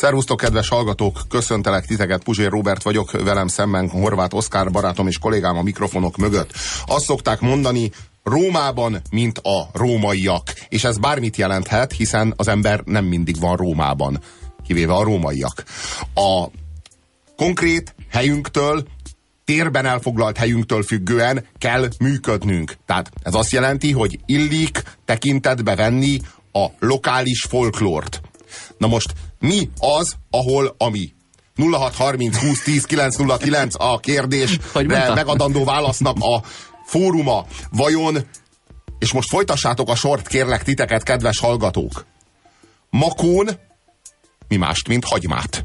Szervusztok, kedves hallgatók! Köszöntelek titeket, Puzsér Róbert vagyok, velem szemben Horváth Oszkár barátom és kollégám a mikrofonok mögött. Azt szokták mondani, Rómában, mint a rómaiak. És ez bármit jelenthet, hiszen az ember nem mindig van Rómában, kivéve a rómaiak. A konkrét helyünktől, térben elfoglalt helyünktől függően kell működnünk. Tehát ez azt jelenti, hogy illik tekintetbe venni a lokális folklórt. Na most mi az, ahol ami? 0630 20 10 909 a kérdésre megadandó válasznak a fóruma. Vajon, és most folytassátok a sort, kérlek titeket, kedves hallgatók. Makón mi mást, mint hagymát.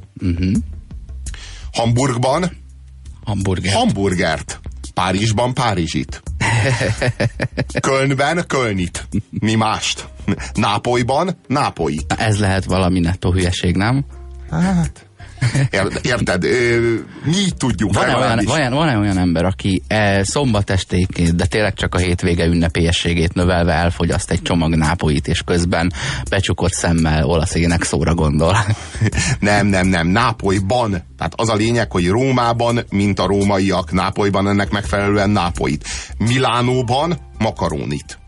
Hamburgban hamburgert. Párizsban párizsit. Kölnben kölnit. Mi mást? Nápolyban nápolyit. Ez lehet valami nettó hülyeség, nem? Hát... Érted? Mi így tudjuk. Van-e olyan ember, aki szombat estéként, de tényleg csak a hétvége ünnepélyességét növelve elfogyaszt egy csomag nápolyit, és közben becsukott szemmel olasz énekszóra gondol? Nem. Nápolyban. Tehát az a lényeg, hogy Rómában, mint a rómaiak, Nápolyban ennek megfelelően nápolyit. Milánóban makarónit.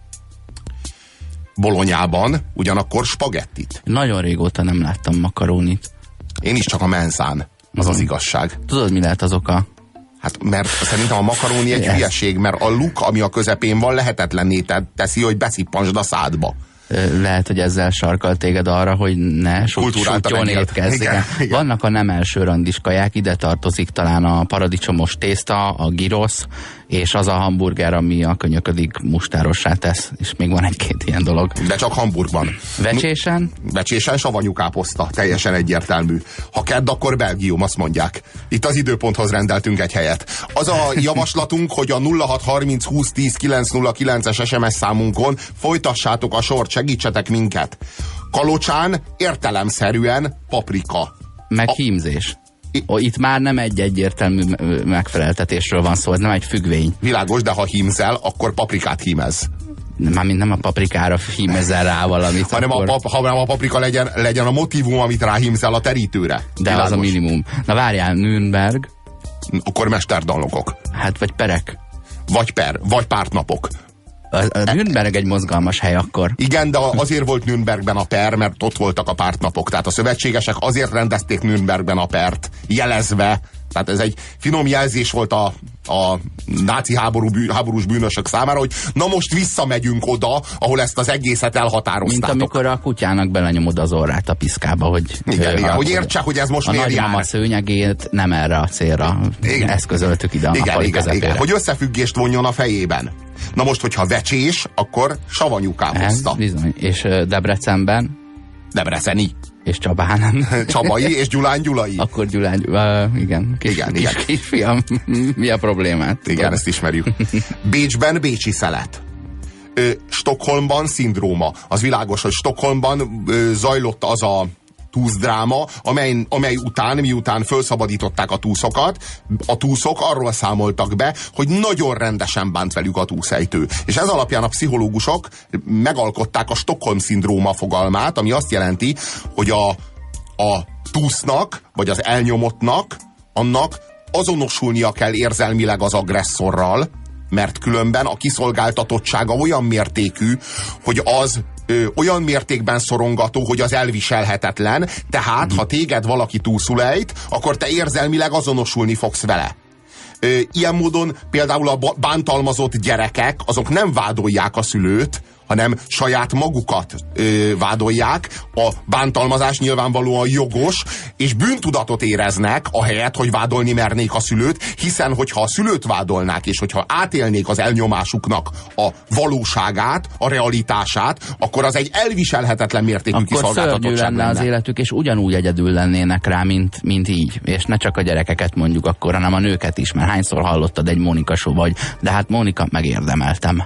Bolonyában ugyanakkor spagettit. Nagyon régóta nem láttam makarónit. Én is csak a menzán. Az igazság. Tudod, mi lehet az oka? Hát mert szerintem a makaróni egy hülyeség, mert a luk, ami a közepén van, lehetetlenné teszi, hogy beszippansd a szádba. Lehet, hogy ezzel sarkal téged arra, hogy ne sútyon étkezz. Igen. Vannak a nem elsőrandis kaják, ide tartozik talán a paradicsomos tészta, a gyrosz, és az a hamburger, ami a könyöködig mustárossá tesz. És még van egy-két ilyen dolog. De csak Hamburgban. Vecsésen? Vecsésen savanyú káposzta, teljesen egyértelmű. Ha kedd, akkor Belgium, azt mondják. Itt az időponthoz rendeltünk egy helyet. Az a javaslatunk, hogy a 0630 20 10 909-es SMS számunkon folytassátok a sort, segítsetek minket. Kalocsán értelemszerűen paprika. Meg hímzés. Itt már nem egy egyértelmű megfeleltetésről van szó, ez nem egy függvény. Világos, de ha hímzel, akkor paprikát hímez. Mármint nem a paprikára hímezzel rá valamit. Hanem akkor... a paprika legyen a motivum, amit ráhímzel a terítőre. De világos. Az a minimum. Na várjál, Nürnberg. Akkor mesterdalnokok. Hát vagy perek. Vagy pártnapok. A Nürnberg egy mozgalmas hely akkor. Igen, de azért volt Nürnbergben a per, mert ott voltak a pártnapok. Tehát a szövetségesek azért rendezték Nürnbergben a pert, jelezve. Tehát ez egy finom jelzés volt a náci háborús bűnösök számára, hogy na most visszamegyünk oda, ahol ezt az egészet elhatároztátok. Mint amikor a kutyának belenyomod az orrát a piszkába, hogy... Igen, hogy értsek, hogy ez most miért jár. A nagymama szőnyegét nem erre a célra eszközöltük ide a nappali közepére. Igen, hogy összefüggést vonjon a fejében. Na most, hogyha vecsés, akkor savanyú káposzta. Bizony. És Debrecenben? Debreceni. És Csabán. Csabai és Gyulán Gyulai. Akkor Gyulán, igen. Igen. Kisfiam, mi a problémát? Igen, ezt ismerjük. Bécsben bécsi szelet. Stockholmban szindróma. Az világos, hogy Stockholmban zajlott az a túszdráma, amely után, miután felszabadították a túszokat, a túszok arról számoltak be, hogy nagyon rendesen bánt velük a túszejtő. És ez alapján a pszichológusok megalkották a Stockholm-szindróma fogalmát, ami azt jelenti, hogy a túsznak, vagy az elnyomottnak, annak azonosulnia kell érzelmileg az agresszorral, mert különben a kiszolgáltatottsága olyan mértékű, hogy az olyan mértékben szorongató, hogy az elviselhetetlen, tehát ha téged valaki túlszulejt, akkor te érzelmileg azonosulni fogsz vele. Ilyen módon például a bántalmazott gyerekek, azok nem vádolják a szülőt, hanem saját magukat vádolják. A bántalmazás nyilvánvalóan jogos, és bűntudatot éreznek, ahelyett, hogy vádolni mernék a szülőt, hiszen hogyha a szülőt vádolnák, és hogyha átélnék az elnyomásuknak a valóságát, a realitását, akkor az egy elviselhetetlen mértékű kiszolgáltatottság lenne. Akkor szörnyű lenne az életük, és ugyanúgy egyedül lennének rá, mint így. És ne csak a gyerekeket mondjuk akkor, hanem a nőket is, mert hányszor hallottad egy Mónika show vagy, de hát Mónika, megérdemeltem.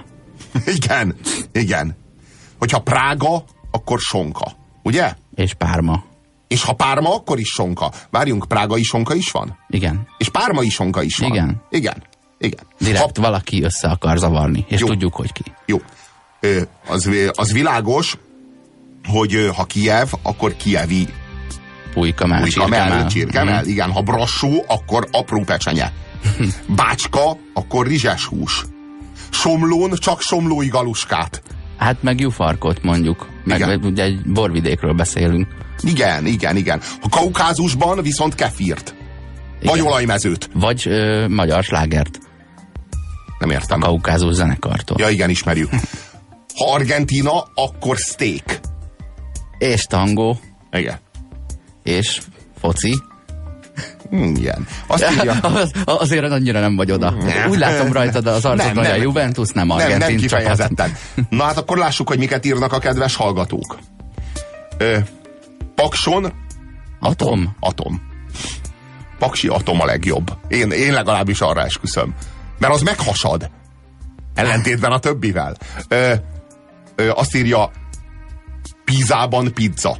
Igen. Hogyha Prága, akkor sonka. Ugye? És Párma. És ha Párma, akkor is sonka. Várjunk, prágai sonka is van? Igen. És pármai sonka is van? Igen. Direkt valaki össze akar zavarni, és jó. Tudjuk, hogy ki. Jó. Az világos, hogy ha Kijev, akkor kievi Pulykamell, csirkemell, igen. Ha brassó, akkor apró pecsenye. Bácska, akkor rizses hús. Somlón csak somlói galuskát. Hát meg jufarkot mondjuk. Meg ugye egy borvidékről beszélünk. Igen. A Kaukázusban viszont kefírt. Vagy olajmezőt. Vagy magyar slágert. Nem értem. A Kaukázus zenekartól. Ja, igen, ismerjük. Ha Argentína, akkor steak. És tangó. Igen. És foci. Igen. Azt írja... Azért annyira nem vagy oda. Úgy látom rajtad az arcod, hogy a Juventus nem Argentin. Nem kifejezetten. Na hát akkor lássuk, hogy miket írnak a kedves hallgatók. Pakson Atom. Paksi Atom a legjobb. Én legalábbis arra esküszöm. Mert az meghasad. Ellentétben a többivel. Azt írja, Pízában pizza.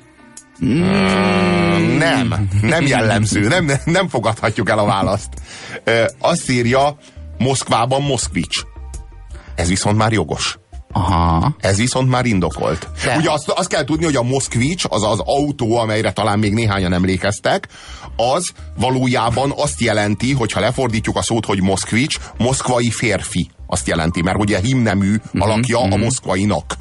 Nem jellemző. Nem fogadhatjuk el a választ. Azt írja, Moszkvában Moszkvics. Ez viszont már jogos. Aha. Ez viszont már indokolt. De. Ugye azt kell tudni, hogy a Moszkvics, az az autó, amelyre talán még néhányan emlékeztek, az valójában azt jelenti, hogyha lefordítjuk a szót, hogy Moszkvics, moszkvai férfi. Azt jelenti, mert ugye himnemű alakja a moszkvainak.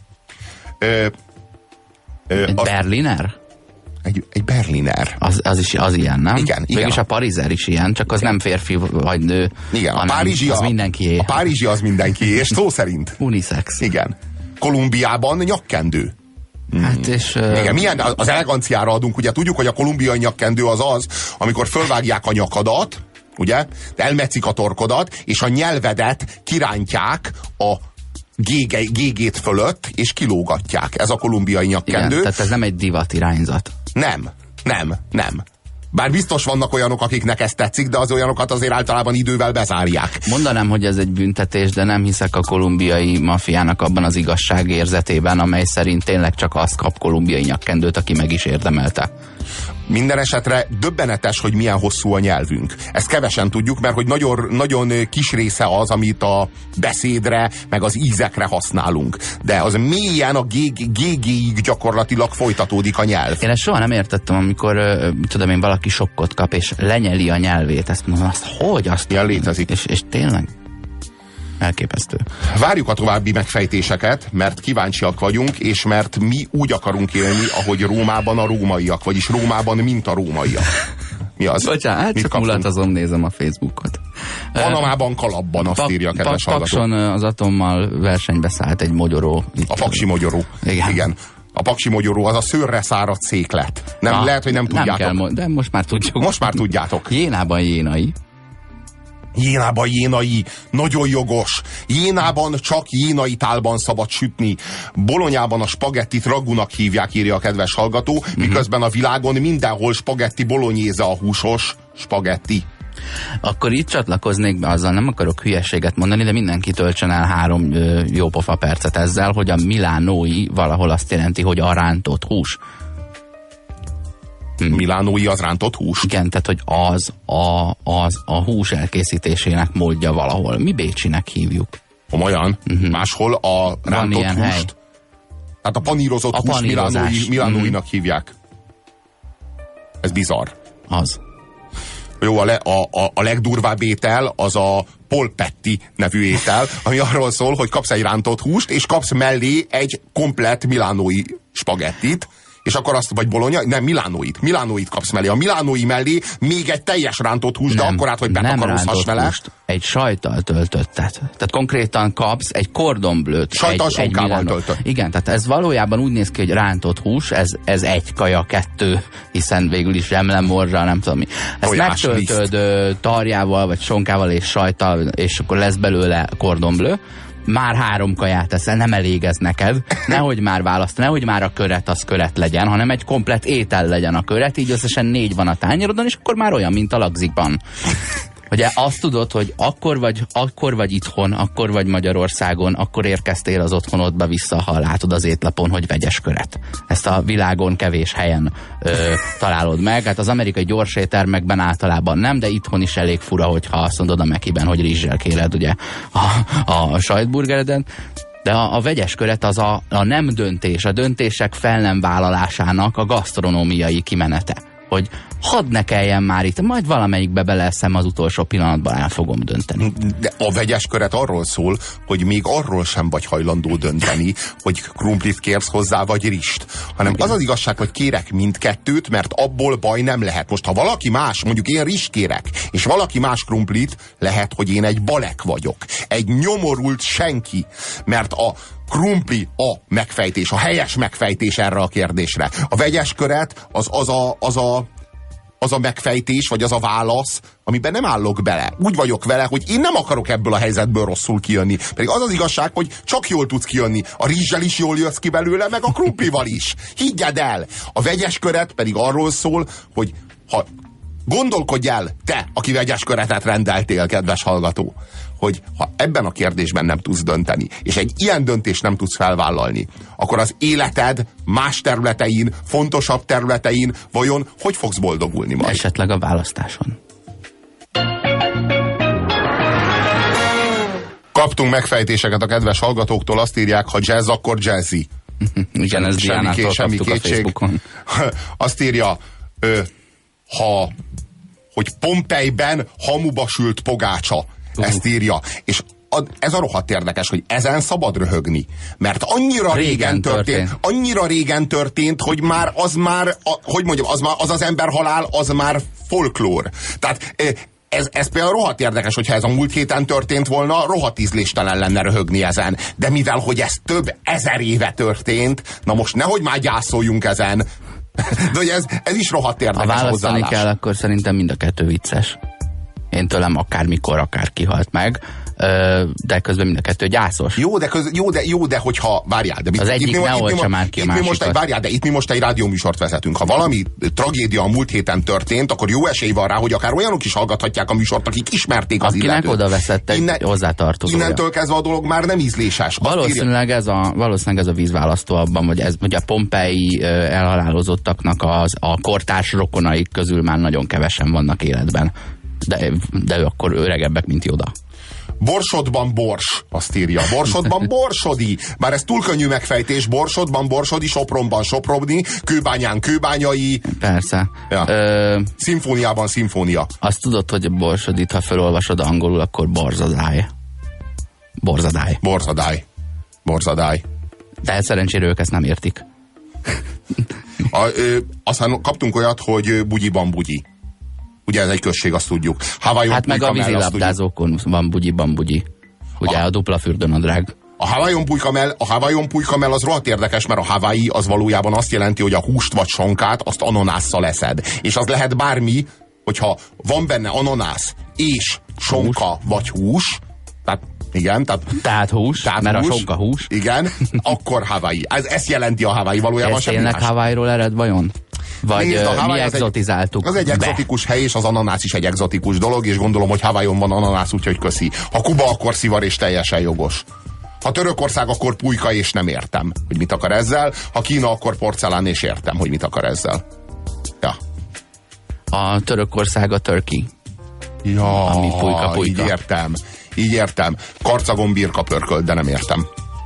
Egy Berliner? Egy Berliner. Az ilyen, nem? Igen. Mégis a parizer is ilyen, csak az nem férfi vagy nő. Igen, a párizsi az mindenkié. A párizsi az mindenkié, és szó szerint. Unisex. Igen. Kolumbiában nyakkendő. Hát és... Igen, milyen az eleganciára adunk, ugye tudjuk, hogy a kolumbiai nyakkendő az, amikor fölvágják a nyakadat, ugye, elmetszik a torkodat, és a nyelvedet kirántják a gégét fölött, és kilógatják. Ez a kolumbiai nyakkendő. Igen, tehát ez nem egy divat irányzat. Nem. Bár biztos vannak olyanok, akiknek ez tetszik, de az olyanokat azért általában idővel bezárják. Mondanám, hogy ez egy büntetés, de nem hiszek a kolumbiai mafiának abban az igazságérzetében, amely szerint tényleg csak azt kap kolumbiai nyakkendőt, aki meg is érdemelte. Minden esetre döbbenetes, hogy milyen hosszú a nyelvünk. Ezt kevesen tudjuk, mert hogy nagyon kis része az, amit a beszédre, meg az ízekre használunk. De az mélyen a GG-ig gyakorlatilag folytatódik a nyelv. Én ezt soha nem értettem, amikor tudom én, valaki sokkot kap, és lenyeli a nyelvét. Ezt mondom, hogy azt ilyen létezik. És tényleg elképesztő. Várjuk a további megfejtéseket, mert kíváncsiak vagyunk, és mert mi úgy akarunk élni, ahogy Rómában a rómaiak, vagyis Rómában, mint a rómaiak. Mi az? Bocsánat, hát csak mulatazom, nézem a Facebookot. Panamában kalapban, azt írja a kedves hallgató. Pakson az Atommal versenybe szállt egy mogyoró. A paksi mogyoró. Igen. A paksi mogyoró az a szőrre száradt széklet. Lehet, hogy nem tudjátok. Nem kell, de most már tudjuk. Most már tudjátok. Jénában jénai. Jénában jénai, nagyon jogos. Jénában csak jénai tálban szabad sütni. Bolonyában a spagettit ragunak hívják, írja a kedves hallgató, miközben a világon mindenhol spagetti bolonyéze a húsos spagetti. Akkor itt csatlakoznék be, azzal nem akarok hülyeséget mondani, de mindenki töltsön el 3 jópofa percet ezzel, hogy a milánói valahol azt jelenti, hogy a rántott hús. Milánói az rántott hús? Igen, tehát hogy az a hús elkészítésének módja valahol. Mi bécsinek hívjuk. Olyan? Máshol a rántott húst? Hely. Tehát a panírozott hús milánóinak hívják. Ez bizarr. Az. Jó, a legdurvább étel az a polpetti nevű étel, ami arról szól, hogy kapsz egy rántott húst, és kapsz mellé egy komplett milánói spagettit, és akkor azt, vagy bologna, nem, milánóit kapsz mellé. A milánói mellé még egy teljes rántott hús, de akkor át, hogy betakarózhass vele. Húst, egy sajttal töltöttet. Tehát konkrétan kapsz egy kordonblőt. Sajttal sonkával töltött. Igen, tehát ez valójában úgy néz ki, hogy rántott hús, ez egy kaja, 2, hiszen végül is zsemlemorzsal, nem tudom mi. Ezt megtöltöd tarjával, vagy sonkával és sajttal, és akkor lesz belőle kordonblő. Már 3 kaját eszel, nem elég ez neked. Nehogy már nehogy már a köret az köret legyen, hanem egy komplett étel legyen a köret, így összesen 4 van a tányérodon, és akkor már olyan, mint a lagzikban. Ugye azt tudod, hogy akkor vagy itthon, akkor vagy Magyarországon, akkor érkeztél az otthonodba vissza, ha látod az étlapon, hogy vegyes köret. Ezt a világon kevés helyen találod meg. Hát az amerikai gyors éttermekben általában nem, de itthon is elég fura, hogyha azt mondod a Mekiben, hogy rizssel kéred ugye a sajtburgereden. De a vegyes köret az a nem döntés, a döntések fel nem vállalásának a gasztronómiai kimenete. Hogy hadd ne kelljen már itt, majd valamelyikbe beleeszem, az utolsó pillanatban el fogom dönteni. De a vegyes köret arról szól, hogy még arról sem vagy hajlandó dönteni, hogy krumplit kérsz hozzá, vagy rist. Hanem igen. Az az igazság, hogy kérek mindkettőt, mert abból baj nem lehet. Most ha valaki más, mondjuk én rist kérek, és valaki más krumplit, lehet, hogy én egy balek vagyok. Egy nyomorult senki. Mert a krumpli a megfejtés, a helyes megfejtés erre a kérdésre. A vegyes köret az a megfejtés, vagy az a válasz, amiben nem állok bele. Úgy vagyok vele, hogy én nem akarok ebből a helyzetből rosszul kijönni. Pedig az az igazság, hogy csak jól tudsz kijönni. A rizssel is jól jössz ki belőle, meg a krumplival is. Higgyed el! A vegyes köret pedig arról szól, hogy ha gondolkodj el, te, aki vegyes köretet rendeltél, kedves hallgató, hogy ha ebben a kérdésben nem tudsz dönteni, és egy ilyen döntést nem tudsz felvállalni, akkor az életed más területein, fontosabb területein vajon hogy fogsz boldogulni majd? Esetleg a választáson. Kaptunk megfejtéseket a kedves hallgatóktól, azt írják, ha jazz, akkor jazzy. Igen, ez Diánától kaptuk a Facebookon. Azt írja, hogy Pompejben hamuba sült pogácsa. Ezt írja. És ez a rohadt érdekes, hogy ezen szabad röhögni. Mert annyira régen történt, hogy már hogy mondjam, az emberhalál, az már folklór. Tehát ez például rohadt érdekes, hogyha ez a múlt héten történt volna, rohadt ízléstelen lenne röhögni ezen. De mivel, hogy ez több ezer éve történt, na most nehogy már gyászoljunk ezen. De hogy ez is rohadt érdekes hozzáállás. Ha választani kell, akkor szerintem mind a kettő vicces. Én tőlem akármikor, akár kihalt meg, de közben mind a kettő gyászos. Jó, de hogyha, várjál. De az egyik ne oltsa már ki a másikat. Várjál, de itt mi most egy rádióműsort vezetünk. Ha valami tragédia a múlt héten történt, akkor jó esély van rá, hogy akár olyanok is hallgathatják a műsort, akik ismerték az illetőt. Akinek oda veszett egy hozzátartozója. Innentől kezdve a dolog már nem ízléses. Valószínűleg ez a vízválasztó abban, hogy a pompei elhalálozottaknak a kortárs rokonaik közül már nagyon kevesen vannak életben. De ő akkor öregebbek, mint Yoda. Borsodban bors, azt írja. Borsodban borsodi. Bár ez túl könnyű megfejtés. Borsodban borsodi, Sopronban soprobni, Kőbányán kőbányai. Persze. Ja. Szimfóniában szimfónia. Azt tudod, hogy borsodit, ha felolvasod angolul, akkor borzadály. Borzadály. De szerencsére ők ezt nem értik. Aztán kaptunk olyat, hogy bugyiban bugyi. Ugye ez egy község, azt tudjuk. Hát meg a vízilabdázókon van bugyi. Ugye a dupla fürdőnadrág. A Hawaiian pulykamell az rohadt érdekes, mert a Hawaii az valójában azt jelenti, hogy a húst vagy sonkát azt ananásszal eszed. És az lehet bármi, hogyha van benne ananász és sonka vagy hús, tehát hús, mert a sonka hús. Igen, akkor Hawaii. Ez jelenti a Hawaii valójában. Ez tényleg Hawaiiról ered vajon? Vagy mi exotizáltuk? Az egy exotikus hely, és az ananász is egy exotikus dolog, és gondolom, hogy Hawaiion van ananász, úgyhogy köszi. Ha Kuba, akkor szivar, és teljesen jogos. Ha Törökország, akkor pulyka, és nem értem, hogy mit akar ezzel. Ha Kína, akkor porcelán, és értem, hogy mit akar ezzel. Ja. A Törökország a turkey. Ja, ami pulyka. Így értem. Karcagon birka pörkölt, de nem értem.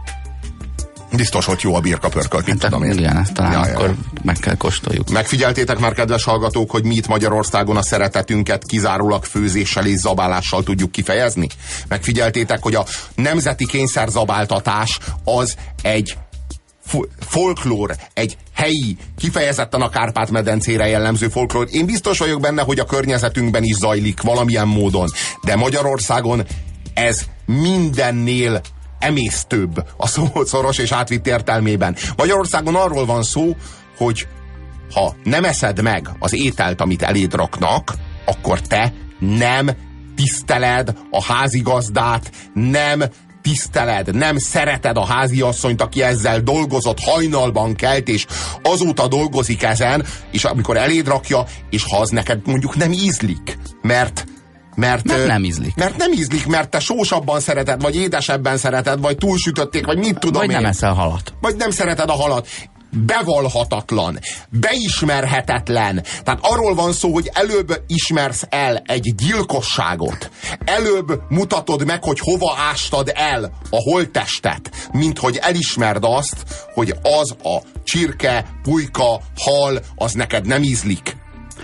Biztos, hogy jó a birka pörkölt, mint tudom én. Igen, ezt talán akkor meg kell kóstoljuk. Megfigyeltétek már, kedves hallgatók, hogy mi itt Magyarországon a szeretetünket kizárólag főzéssel és zabálással tudjuk kifejezni? Megfigyeltétek, hogy a nemzeti kényszerzabáltatás az egy folklór, egy helyi, kifejezetten a Kárpát-medencére jellemző folklór. Én biztos vagyok benne, hogy a környezetünkben is zajlik valamilyen módon, de Magyarországon ez mindennél emésztőbb a szó szoros és átvitt értelmében. Magyarországon arról van szó, hogy ha nem eszed meg az ételt, amit eléd raknak, akkor te nem tiszteled a házigazdát, nem tiszteled, nem szereted a háziasszonyt, aki ezzel dolgozott, hajnalban kelt, és azóta dolgozik ezen, és amikor eléd rakja, és ha az neked mondjuk nem ízlik, mert nem ízlik. Mert nem ízlik, mert te sósabban szereted, vagy édesebben szereted, vagy túlsütötték, vagy mit tudom vagy én. Nem eszel halat. Vagy nem szereted a halat. bevallhatatlan, beismerhetetlen. Tehát arról van szó, hogy előbb ismersz el egy gyilkosságot, előbb mutatod meg, hogy hova ástad el a holttestet, mint hogy elismerd azt, hogy az a csirke, pulyka, hal, az neked nem ízlik.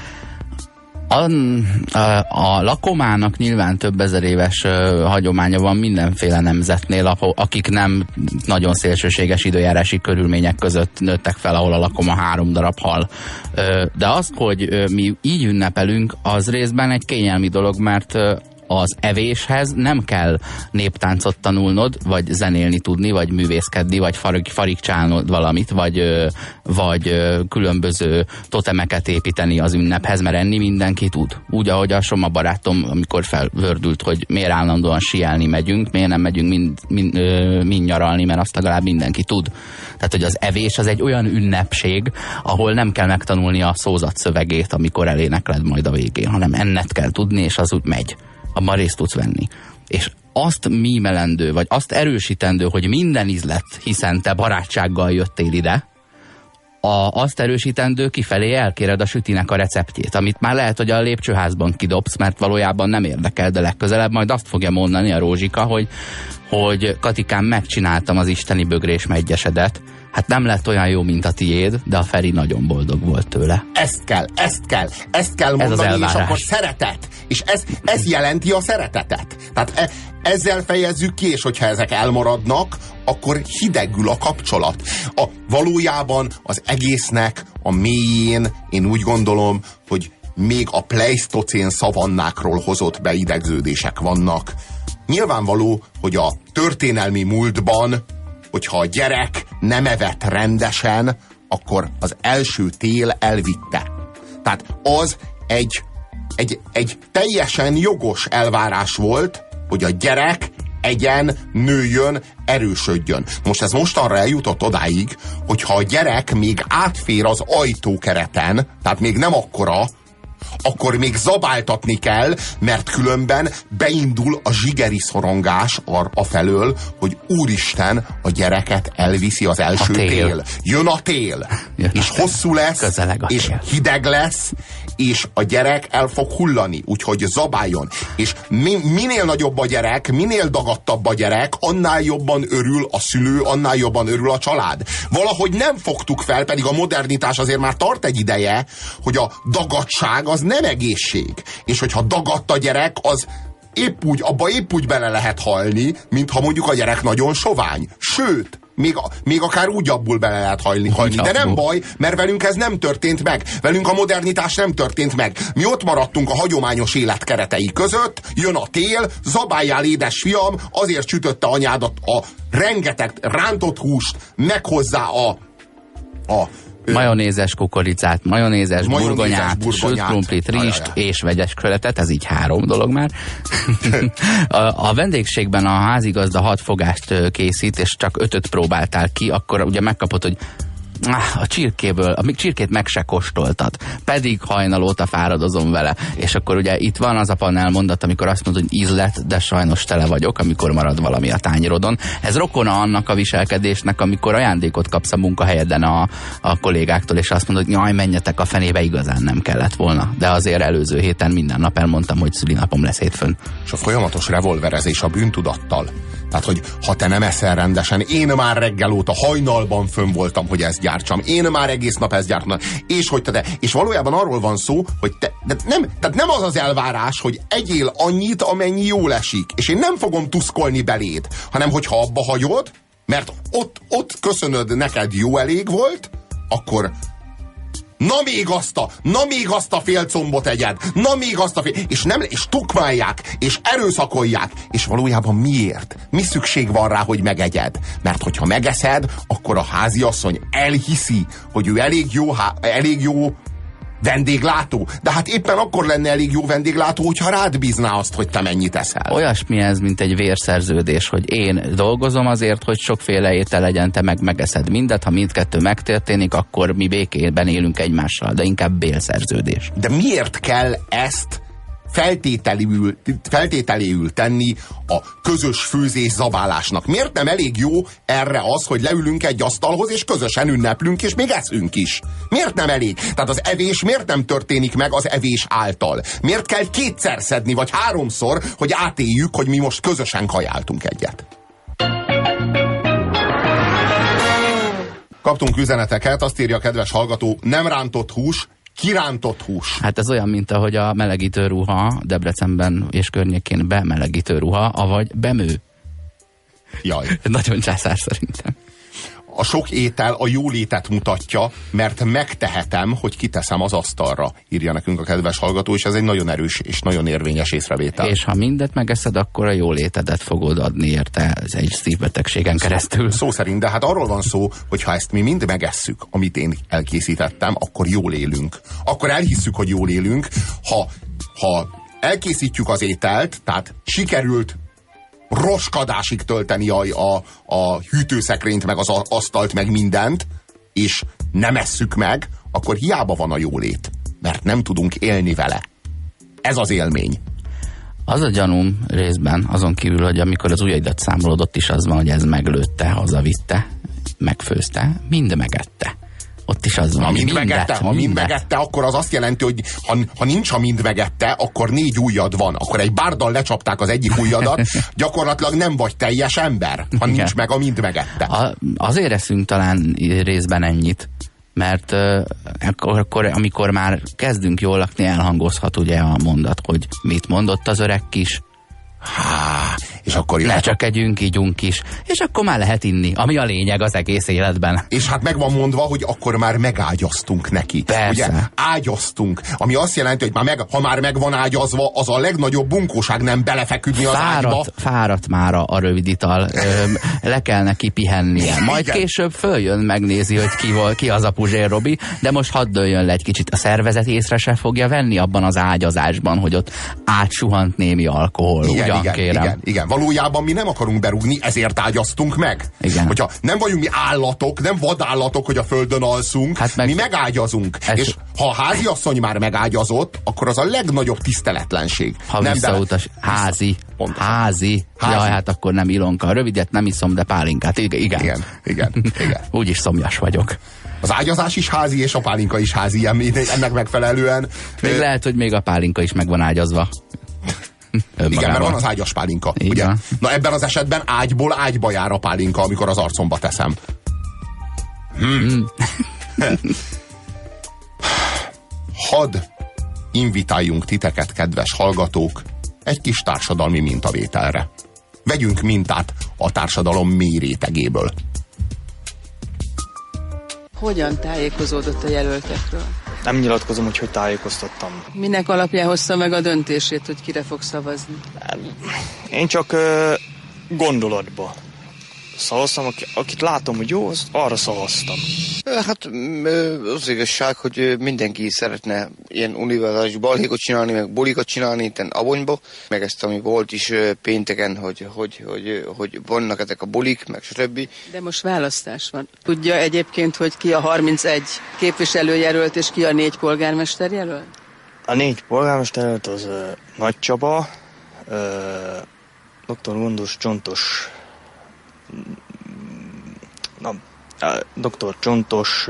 A lakomának nyilván több ezer éves hagyománya van mindenféle nemzetnél, akik nem nagyon szélsőséges időjárási körülmények között nőttek fel, ahol a lakoma 3 darab hal. De az, hogy mi így ünnepelünk, az részben egy kényelmi dolog, mert az evéshez nem kell néptáncot tanulnod, vagy zenélni tudni, vagy művészkedni, vagy farigcsálnod valamit, vagy különböző totemeket építeni az ünnephez, mert enni mindenki tud. Úgy, ahogy a Soma barátom, amikor felvördült, hogy miért állandóan sielni megyünk, miért nem megyünk mind nyaralni, mert azt legalább mindenki tud. Tehát, hogy az evés az egy olyan ünnepség, ahol nem kell megtanulni a szózat szövegét, amikor elénekled majd a végén, hanem ennet kell tudni, és az úgy megy. Abban részt tudsz venni. És azt mímelendő, vagy azt erősítendő, hogy minden ízlet, hiszen te barátsággal jöttél ide, azt erősítendő, kifelé elkéred a sütinek a receptjét, amit már lehet, hogy a lépcsőházban kidobsz, mert valójában nem érdekel, de legközelebb majd azt fogja mondani a Rózsika, hogy Katikám, megcsináltam az isteni bögrés meggyesedet. Hát nem lett olyan jó, mint a tiéd, de a Feri nagyon boldog volt tőle. Ezt kell mondani, és akkor szeretet. És ez jelenti a szeretetet. Tehát ezzel fejezzük ki, és hogyha ezek elmaradnak, akkor hidegül a kapcsolat. Valójában az egésznek a mélyén én úgy gondolom, hogy még a pleisztocén szavannákról hozott beidegződések vannak. Nyilvánvaló, hogy a történelmi múltban, hogyha a gyerek nem evett rendesen, akkor az első tél elvitte. Tehát az egy teljesen jogos elvárás volt, hogy a gyerek egyen, nőjön, erősödjön. Most ez mostanra eljutott odáig, hogyha a gyerek még átfér az ajtókereten, tehát még nem akkora, akkor még zabáltatni kell, mert különben beindul a zsigeri szorongás afelől, hogy úristen, a gyereket elviszi az első tél. Jön a tél. És hosszú lesz, és hideg lesz, és a gyerek el fog hullani, úgyhogy zabáljon. És minél nagyobb a gyerek, minél dagadtabb a gyerek, annál jobban örül a szülő, annál jobban örül a család. Valahogy nem fogtuk fel, pedig a modernitás azért már tart egy ideje, hogy a dagadtság az nem egészség. És hogyha dagadt a gyerek, az abba épp úgy bele lehet halni, mintha mondjuk a gyerek nagyon sovány. Sőt, még akár úgy abból bele lehet halni. De nem baj, mert velünk ez nem történt meg. Velünk a modernitás nem történt meg. Mi ott maradtunk a hagyományos élet keretei között, jön a tél, zabáljál édes fiam, azért sütötte anyádat a rengeteg rántott húst, meg hozzá a majonézes kukoricát, majonézes burgonyát, sült krumplit, rist és vegyes köletet, ez így 3 dolog már. A vendégségben a házigazda 6 fogást készít, és csak 5-öt próbáltál ki, akkor ugye megkapod, hogy a csirkét meg se kóstoltad, pedig hajnal óta fáradozom vele. És akkor ugye itt van az a panel mondat, amikor azt mondod, hogy ízlet, de sajnos tele vagyok, amikor marad valami a tányérodon. Ez rokona annak a viselkedésnek, amikor ajándékot kapsz a munkahelyeden a kollégáktól, és azt mondod, hogy jaj, menjetek a fenébe, igazán nem kellett volna. De azért előző héten minden nap elmondtam, hogy szülinapom lesz hétfőn. És a folyamatos revolverezés a bűntudattal. Tehát, hogy ha te nem eszel rendesen, én már reggel óta hajnalban fönn voltam, hogy ezt gyártsam. Én már egész nap ezt gyártam. És valójában arról van szó, hogy tehát nem az az elvárás, hogy egyél annyit, amennyi jól esik. És én nem fogom tuszkolni beléd, hanem hogyha abba hagyod, mert ott köszönöd, neked jó elég volt, akkor na még azt a fél combot egyed, és tukmálják, és erőszakolják, és valójában miért? Mi szükség van rá, hogy megegyed? Mert hogyha megeszed, akkor a háziasszony elhiszi, hogy ő elég jó vendéglátó. De hát éppen akkor lenne elég jó vendéglátó, hogyha rád bízná azt, hogy te mennyit eszel. Olyasmi ez, mint egy vérszerződés, hogy én dolgozom azért, hogy sokféle étel legyen, te megeszed mindet, ha mindkettő megtörténik, akkor mi békében élünk egymással, de inkább bélszerződés. De miért kell ezt feltételéül tenni a közös főzés zabálásnak. Miért nem elég jó erre az, hogy leülünk egy asztalhoz, és közösen ünneplünk, és még eszünk is? Miért nem elég? Tehát az evés miért nem történik meg az evés által? Miért kell kétszer szedni, vagy háromszor, hogy átéljük, hogy mi most közösen kajáltunk egyet? Kaptunk üzeneteket, azt írja a kedves hallgató, nem rántott hús, kirántott hús. Hát ez olyan, mint ahogy a melegítő ruha Debrecenben és környékén bemelegítő ruha, avagy bemő. Jaj. Nagyon császár szerintem. A sok étel a jólétet mutatja, mert megtehetem, hogy kiteszem az asztalra, írja nekünk a kedves hallgató, és ez egy nagyon erős és nagyon érvényes észrevétel. És ha mindet megeszed, akkor a jólétedet fogod adni érte, ez egy szívbetegségen keresztül. Szó szerint, de hát arról van szó, hogy ha ezt mi mind megesszük, amit én elkészítettem, akkor jól élünk. Akkor elhisszük, hogy jól élünk. Ha elkészítjük az ételt, tehát sikerült roskadásig tölteni a hűtőszekrényt, meg az asztalt, meg mindent, és nem esszük meg, akkor hiába van a jólét, mert nem tudunk élni vele. Ez az élmény. Az a gyanúm részben, azon kívül, hogy amikor az ujjaidat számolod, ott is az van, hogy ez meglőtte, hazavitte, megfőzte, mind megette. Ott is az van. Ha mind megette, akkor az azt jelenti, hogy ha nincs a mind megette, akkor 4 ujjad van. Akkor egy bárdal lecsapták az egyik ujjadat, gyakorlatilag nem vagy teljes ember, ha nincs meg a mind megette. Azért eszünk talán részben ennyit, mert akkor, amikor már kezdünk jól lakni, elhangozhat ugye a mondat, hogy mit mondott az öreg kis. És akkor ne csak együnk, ígyunk is, és akkor már lehet inni, ami a lényeg az egész életben. És hát meg van mondva, hogy akkor már megágyaztunk neki. Persze. Ugye? Ágyaztunk, ami azt jelenti, hogy ha már meg van ágyazva, az a legnagyobb bunkóság nem belefeküdni az ágyba. Fáradt már a rövid ital, le kell neki pihennie. Majd igen. Később följön, megnézi, hogy ki az a Puzsér Robi, de most hadd dőljön le egy kicsit. A szervezet észre se fogja venni abban az ágyazásban, hogy ott átsuhant némi alkohol. Igen. Valójában mi nem akarunk berúgni, ezért ágyaztunk meg. Igen. Hogyha nem vagyunk mi állatok, nem vadállatok, hogy a földön alszunk, hát mi megágyazunk. És ha a háziasszony már megágyazott, akkor az a legnagyobb tiszteletlenség. Ha nem visszautas, házi. Jaj, hát akkor nem Ilonka. A rövidet nem iszom, de pálinkát. Igen. Úgyis szomjas vagyok. Az ágyazás is házi, és a pálinka is házi. Ennek megfelelően. Még lehet, hogy még a pálinka is meg van ágyazva. Igen, mert van az ágyas pálinka. Ugye? Na ebben az esetben ágyból ágyba jár a pálinka, amikor az arcomba teszem. Hadd invitáljunk titeket, kedves hallgatók, egy kis társadalmi mintavételre. Vegyünk mintát a társadalom mély rétegéből. Hogyan tájékozódott a jelöltekről? Nem nyilatkozom, hogy tájékoztattam. Minek alapján hozta meg a döntését, hogy kire fog szavazni? Én csak gondolatba szavaztam, akit látom, hogy jó, arra szavaztam. Hát az igazság, hogy mindenki szeretne ilyen univerzális balhékot csinálni, meg bolikat csinálni itt Abonyba, meg ezt, ami volt is pénteken, hogy vannak ezek a bolik, meg stb. De most választás van. Tudja egyébként, hogy ki a 31 képviselőjelölt, és ki a 4 polgármesterjelölt? A 4 polgármesterjelölt az Nagy Csaba, Dr. Gondos Csontos, Dr. Csontos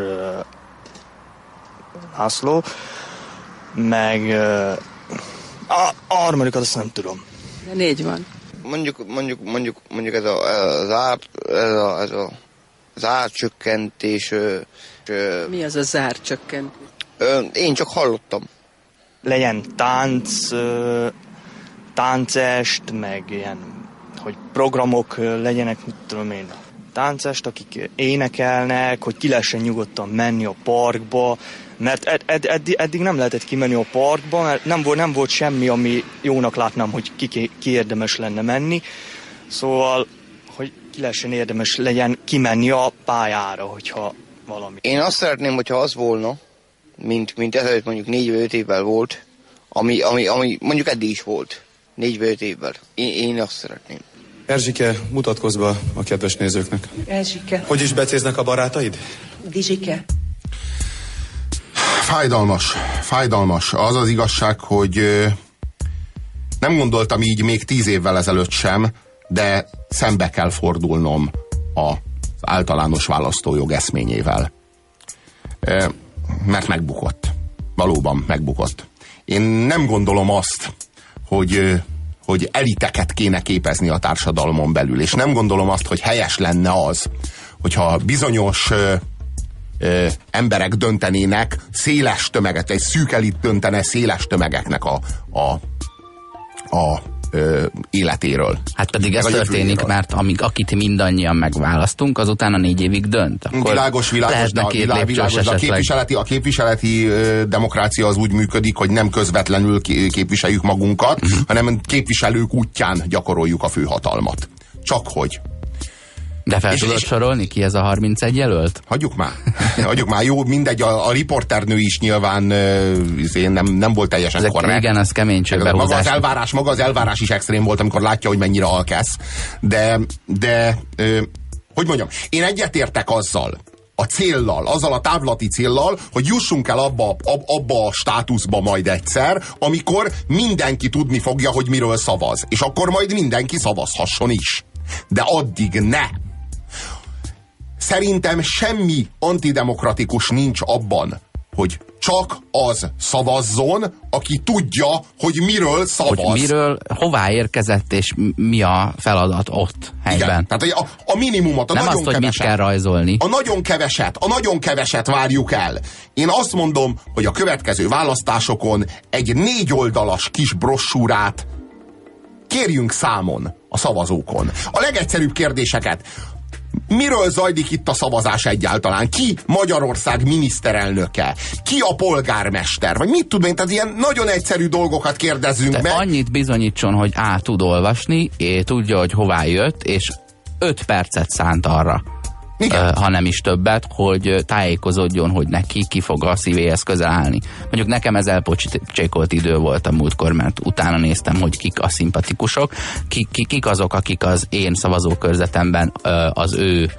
László, meg a harmadikat azt nem tudom. De 4 van. Mondjuk ez az árcsökkentés. Mi az a zárcsökkentés? Én csak hallottam. Legyen táncest, meg ilyen, hogy programok legyenek, mit tudom én, táncest, akik énekelnek, hogy ki lehessen nyugodtan menni a parkba, mert eddig nem lehetett kimenni a parkba, mert nem volt semmi, ami jónak látnám, hogy ki érdemes lenne menni. Szóval, hogy ki lehessen érdemes legyen kimenni a pályára, hogyha valami. Én azt szeretném, hogyha az volna, mint ezelőtt mondjuk 4-5 évvel volt, ami mondjuk eddig is volt. 4-5 évvel. Én azt szeretném. Erzsike, mutatkozz be a kedves nézőknek. Erzsike. Hogy is becéznek a barátaid? Dizsike. Fájdalmas. Az az igazság, hogy Nem gondoltam így még 10 évvel ezelőtt sem, de szembe kell fordulnom az általános választójog eszményével. Mert megbukott. Valóban megbukott. Én nem gondolom azt, hogy eliteket kéne képezni a társadalmon belül, és nem gondolom azt, hogy helyes lenne az, hogyha bizonyos emberek döntenének széles tömeget, egy szűk elit döntene széles tömegeknek a életéről. Hát pedig ez történik, mert akit mindannyian megválasztunk, azután a 4 évig dönt. Akkor világos, de a képviseleti demokrácia az úgy működik, hogy nem közvetlenül képviseljük magunkat, hanem képviselők útján gyakoroljuk a főhatalmat. Csak hogy. De fel tudod sorolni, ki ez a 31 jelölt? Hagyjuk már. Jó, mindegy, a riporternő is nyilván nem volt teljesen korrekt. Igen, az kemény csőbehúzás. Maga az elvárás is extrém volt, amikor látja, hogy mennyire alkesz. De hogy mondjam, én egyetértek azzal a távlati céllal, hogy jussunk el abba a státuszba majd egyszer, amikor mindenki tudni fogja, hogy miről szavaz. És akkor majd mindenki szavazhasson is. De addig ne! Szerintem semmi antidemokratikus nincs abban, hogy csak az szavazzon, aki tudja, hogy miről szavaz. Hogy hová érkezett, és mi a feladat ott helyben. Igen, tehát a minimumot, nem nagyon azt, hogy mit kell rajzolni. A nagyon keveset várjuk el. Én azt mondom, hogy a következő választásokon egy 4 oldalas kis brossúrát kérjünk számon a szavazókon. A legegyszerűbb kérdéseket. Miről zajlik itt a szavazás egyáltalán? Ki Magyarország miniszterelnöke? Ki a polgármester? Vagy mit tudom én? Tehát ilyen nagyon egyszerű dolgokat kérdezzünk meg. Annyit bizonyítson, hogy tud olvasni, tudja, hogy hová jött, és 5 percet szánt arra. Ha nem is többet, hogy tájékozódjon, hogy neki ki fog a szívéhez közel állni. Mondjuk nekem ez elpocsékolt idő volt a múltkor, mert utána néztem, hogy kik a szimpatikusok, kik azok, akik az én szavazókörzetemben az ő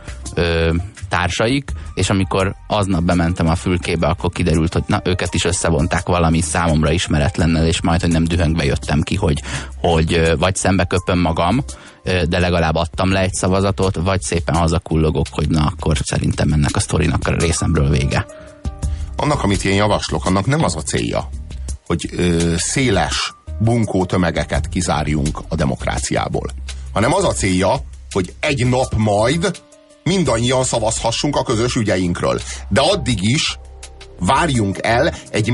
társaik, és amikor aznap bementem a fülkébe, akkor kiderült, hogy őket is összevonták valami számomra ismeretlennel, és majd, hogy nem dühöngve jöttem ki, hogy vagy szembe köpöm magam, de legalább adtam le egy szavazatot, vagy szépen hazakullogok, hogy na, akkor szerintem ennek a sztorinak a részemről vége. Annak, amit én javaslok, annak nem az a célja, hogy széles, bunkó tömegeket kizárjunk a demokráciából, hanem az a célja, hogy egy nap majd mindannyian szavazhassunk a közös ügyeinkről. De addig is várjunk el egy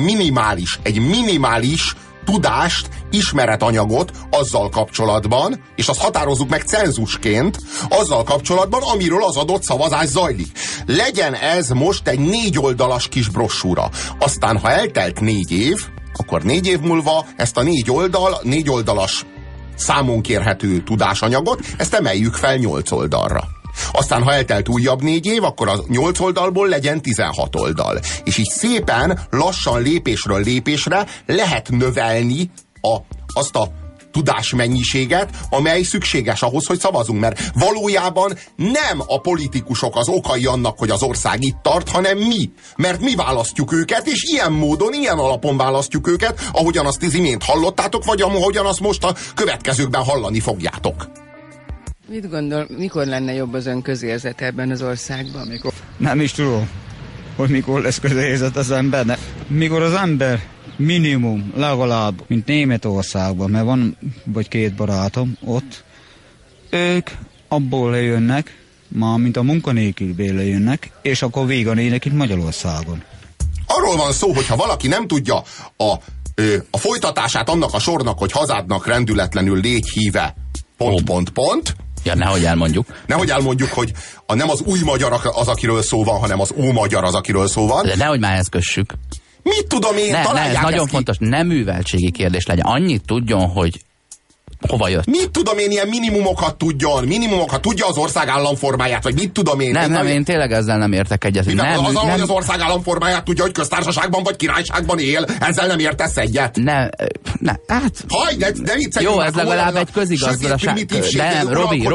minimális tudást, ismeretanyagot azzal kapcsolatban, és azt határozzuk meg cenzusként, azzal kapcsolatban, amiről az adott szavazás zajlik. Legyen ez most egy 4 oldalas kis brossúra. Aztán, ha eltelt 4 év, akkor 4 év múlva ezt a 4 oldalas számon kérhető tudásanyagot, ezt emeljük fel 8 oldalra. Aztán, ha eltelt újabb 4 év, akkor a 8 oldalból legyen 16 oldal. És így szépen, lassan, lépésről lépésre lehet növelni azt a tudásmennyiséget, amely szükséges ahhoz, hogy szavazunk. Mert valójában nem a politikusok az okai annak, hogy az ország itt tart, hanem mi. Mert mi választjuk őket, és ilyen módon, ilyen alapon választjuk őket, ahogyan azt az imént hallottátok, vagy ahogyan azt most a következőkben hallani fogjátok. Mit gondol, mikor lenne jobb az ön közérzet ebben az országban? Mikor? Nem is tudom, hogy mikor lesz közérzet az embernek. Mikor az ember minimum, legalább, mint Németországban, mert van vagy 2 barátom ott, ők abból lejönnek, mint a munkanélkülből lejönnek, és akkor véganének itt Magyarországon. Arról van szó, hogy ha valaki nem tudja a folytatását annak a sornak, hogy hazádnak rendületlenül légy híve, ... Ja, nehogy elmondjuk. Nehogy elmondjuk, hogy nem az új magyar az, akiről szó van, hanem az ómagyar az, akiről szó van. De nehogy már ezt kössük. Mit tudom én? Ez nagyon fontos, nem műveltségi kérdés legyen. Annyit tudjon, hogy hova jött? Mit tudom én, ilyen minimumokat tudja az ország államformáját, vagy mit tudom én? Nem, én tényleg ezzel nem értek egyet. Hogy az ország államformáját tudja, hogy köztársaságban vagy királyságban él, ezzel nem értesz egyet? Hát... Jó, ez legalább egy közigazgatási... Nem, Robi,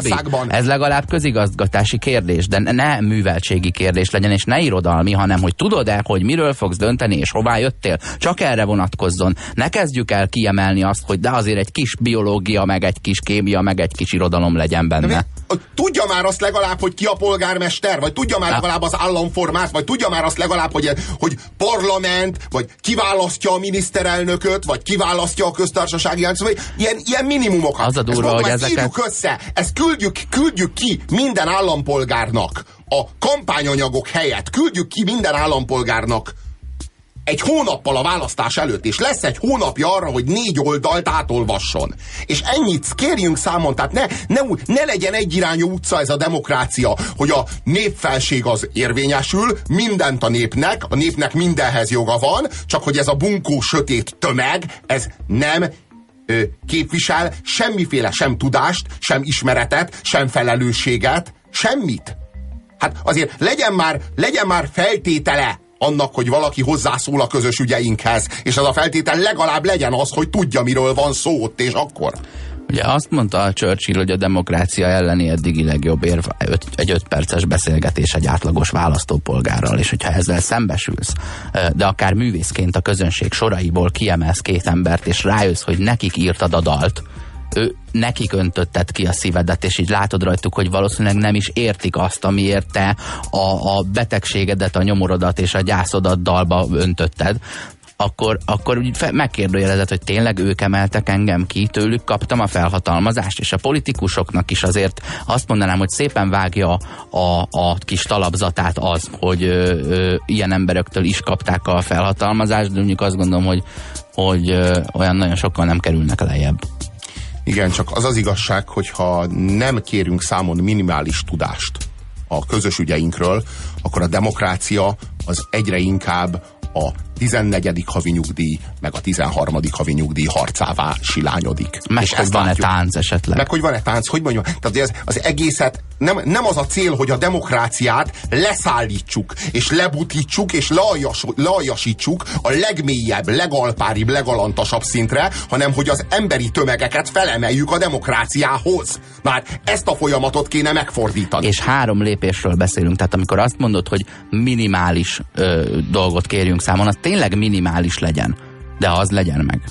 ez legalább közigazgatási kérdés, de ne műveltségi kérdés legyen, és ne irodalmi, hanem hogy tudod-e, hogy miről fogsz dönteni, és hová jöttél? Csak erre vonatkozzon. Ne kezdjük el kiemelni azt, hogy de azért egy kis biológia, meg egy kis kémia, meg egy kis irodalom legyen benne. Tudja már azt legalább, hogy ki a polgármester, vagy tudja már legalább az államformát, vagy tudja már azt legalább, hogy parlament, vagy kiválasztja a miniszterelnököt, vagy kiválasztja a köztársasági elnököt, vagy ilyen minimumokat. Az a durva, hogy ezeket... Ezt küldjük ki minden állampolgárnak. A kampányanyagok helyett küldjük ki minden állampolgárnak egy hónappal a választás előtt, és lesz egy hónapja arra, hogy 4 oldalt átolvasson. És ennyit kérjünk számon, tehát ne legyen egyirányú utca ez a demokrácia, hogy a népfelség az érvényesül, mindent a népnek mindenhez joga van, csak hogy ez a bunkó sötét tömeg, ez nem képvisel semmiféle sem tudást, sem ismeretet, sem felelősséget, semmit. Hát azért legyen már feltétele annak, hogy valaki hozzászól a közös ügyeinkhez, és ez a feltétel legalább legyen az, hogy tudja, miről van szó ott, és akkor. Ugye azt mondta a Churchill, hogy a demokrácia elleni eddigi legjobb érv egy 5 perces beszélgetés egy átlagos választópolgárral, és hogyha ezzel szembesülsz, de akár művészként a közönség soraiból kiemelsz 2 embert, és rájössz, hogy nekik írtad a dalt, nekik öntötted ki a szívedet, és így látod rajtuk, hogy valószínűleg nem is értik azt, amiért te a betegségedet, a nyomorodat és a gyászodat dalba öntötted, akkor úgy megkérdőjelezed, hogy tényleg ők emeltek engem ki, tőlük kaptam a felhatalmazást, és a politikusoknak is azért azt mondanám, hogy szépen vágja a kis talapzatát az, hogy ilyen emberektől is kapták a felhatalmazást, de mondjuk azt gondolom, hogy olyan nagyon sokkal nem kerülnek lejjebb. Igen, csak az az igazság, hogyha nem kérünk számon minimális tudást a közös ügyeinkről, akkor a demokrácia az egyre inkább a 14. havi nyugdíj, meg a 13. havi nyugdíj harcává silányodik. Meg hogy van-e tánc esetleg? Meg hogy van-e tánc, hogy mondjam, tehát az egészet nem az a cél, hogy a demokráciát leszállítsuk, és lebutítsuk, és lealjasítsuk a legmélyebb, legalpáribb, legalantasabb szintre, hanem hogy az emberi tömegeket felemeljük a demokráciához. Már ezt a folyamatot kéne megfordítani. És 3 lépésről beszélünk, tehát amikor azt mondod, hogy minimális dolgot kérjünk számon, az tényleg minimális legyen, de az legyen meg.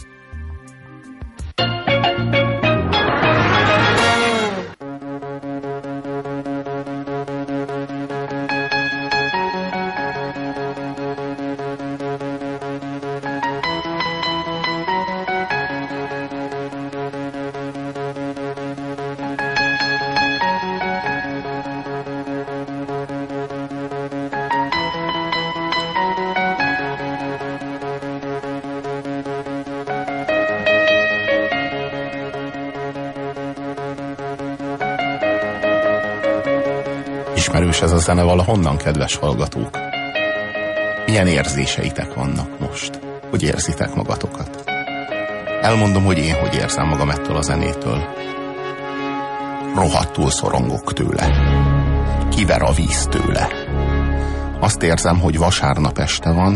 Ismerős ez a zene valahonnan, kedves hallgatók? Milyen érzéseitek vannak most? Hogy érzitek magatokat? Elmondom, hogy én hogy érzem magam ettől a zenétől. Rohadtul szorongok tőle. Kiver a víz tőle. Azt érzem, hogy vasárnap este van.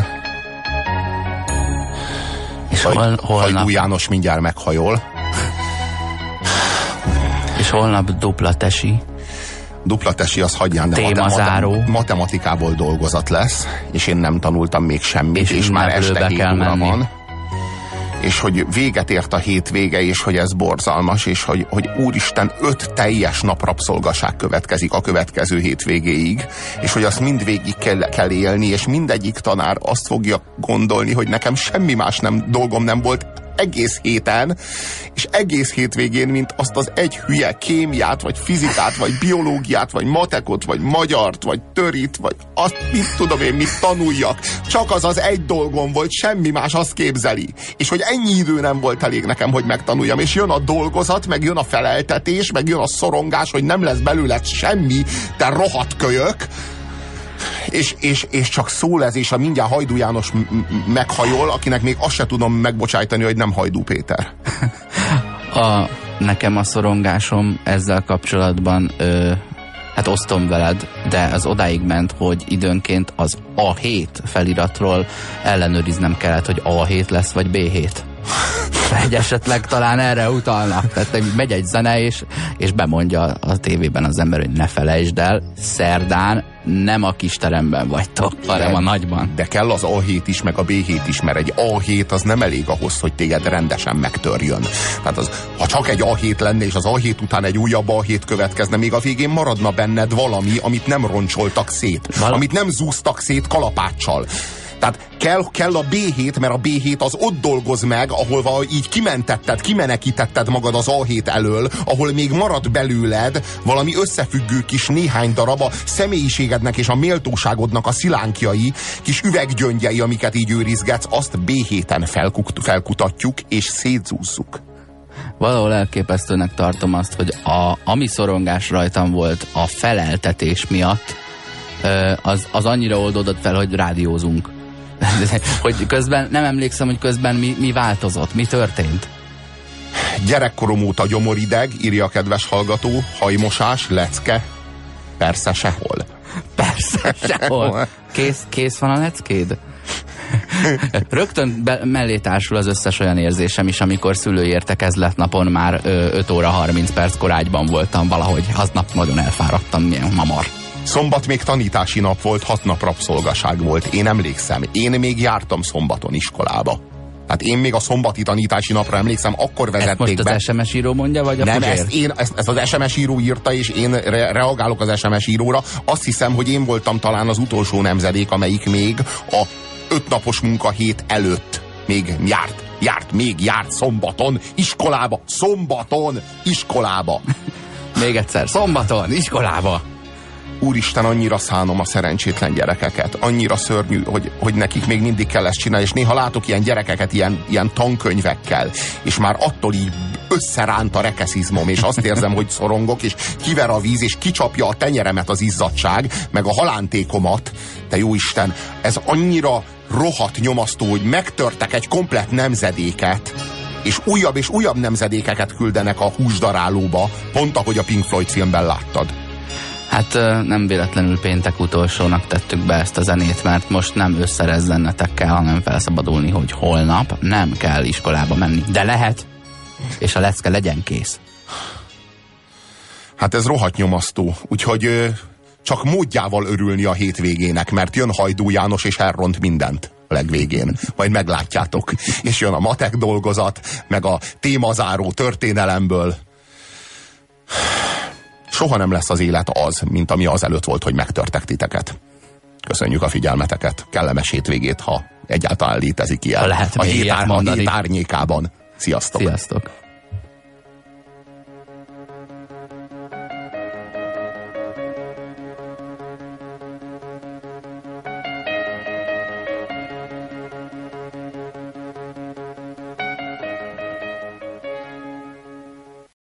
És holnap... Hajdú János mindjárt meghajol. És holnap dupla tesi. Dupla tesi, az hagyján, de matematikából dolgozat lesz, és én nem tanultam még semmit, és már este 7 óra van. És hogy véget ért a hétvége, és hogy ez borzalmas, és hogy úristen, 5 teljes nap rabszolgaság következik a következő hétvégéig, és hogy azt mindvégig kell élni, és mindegyik tanár azt fogja gondolni, hogy nekem semmi más dolgom nem volt egész héten, és egész hétvégén, mint azt az egy hülye kémiát, vagy fizikát, vagy biológiát, vagy matekot, vagy magyart, vagy törit, vagy azt mit tudom én, mit tanuljak. Csak az egy dolgom volt, semmi más, azt képzeli. És hogy ennyi idő nem volt elég nekem, hogy megtanuljam, és jön a dolgozat, meg jön a feleltetés, meg jön a szorongás, hogy nem lesz belőled semmi, te rohadt kölyök. És csak szól ez, és a mindjárt Hajdú János meghajol, akinek még azt se tudom megbocsájtani, hogy nem Hajdú Péter. Nekem a szorongásom ezzel kapcsolatban, hát osztom veled, de az odáig ment, hogy időnként az A7 feliratról ellenőriznem kellett, hogy A7 lesz, vagy B7. Egy esetleg talán erre utalnak. Tehát megy egy zene, és bemondja a tévében az ember, hogy ne felejtsd el, szerdán nem a kis teremben vagytok, hanem a nagyban. De kell az A7 is, meg a B7 is, mert egy A7 az nem elég ahhoz, hogy téged rendesen megtörjön. Tehát ha csak egy A7 lenne, és az A7 után egy újabb A7 következne, még a végén maradna benned valami, amit nem roncsoltak szét. Amit nem zúztak szét kalapáccsal. Tehát kell a B7, mert a B7 az ott dolgoz meg, ahol így kimenekítetted magad az A7 elől, ahol még marad belőled valami összefüggő kis néhány darab a személyiségednek és a méltóságodnak a szilánkjai, kis üveggyöngyei, amiket így őrizgetsz, azt B7-en felkutatjuk és szétzúzzuk. Valahol elképesztőnek tartom azt, hogy ami szorongás rajtam volt a feleltetés miatt, az annyira oldódott fel, hogy rádiózunk. Hogy közben, nem emlékszem, hogy közben mi változott, mi történt. Gyerekkorom óta gyomorideg, írja a kedves hallgató, hajmosás, lecke, persze sehol. Persze sehol. Kész van a leckéd? Rögtön mellé társul az összes olyan érzésem is, amikor szülői értekezletnapon már 5 óra 30 perc korágyban voltam valahogy. Aznap nagyon elfáradtam, milyen mamar. Szombat még tanítási nap volt, 6 nap rabszolgaság volt. Én emlékszem, én még jártam szombaton iskolába. Hát én még a szombati tanítási napra emlékszem, akkor vezették be. Ezt most az SMS író mondja, vagy a nem, Puzsér? ezt az SMS író írta, és én reagálok az SMS íróra. Azt hiszem, hogy én voltam talán az utolsó nemzedék, amelyik még a 5 napos munkahét előtt még járt szombaton iskolába. Még egyszer, szombaton iskolába. Úristen, annyira szánom a szerencsétlen gyerekeket. Annyira szörnyű, hogy nekik még mindig kell ezt csinálni, és néha látok ilyen gyerekeket ilyen tankönyvekkel, és már attól így összeránt a rekeszizmom, és azt érzem, hogy szorongok, és kiver a víz, és kicsapja a tenyeremet az izzadság, meg a halántékomat. Te jó Isten, ez annyira rohadt nyomasztó, hogy megtörtek egy komplett nemzedéket, és újabb nemzedékeket küldenek a húsdarálóba, pont ahogy a Pink Floyd filmben láttad. Hát nem véletlenül péntek utolsónak tettük be ezt a zenét, mert most nem összerezzennetek kell, hanem felszabadulni, hogy holnap nem kell iskolába menni. De lehet, és a lecke legyen kész. Hát ez rohadt nyomasztó, úgyhogy csak módjával örülni a hétvégének, mert jön Hajdú János és elront mindent a legvégén. Majd meglátjátok. És jön a matek dolgozat, meg a témazáró történelemből. Soha nem lesz az élet az, mint ami azelőtt volt, hogy megtörtek titeket. Köszönjük a figyelmeteket. Kellemes hétvégét, ha egyáltalán létezik ilyen. Lehet a hét árnyékában. Sziasztok! Sziasztok!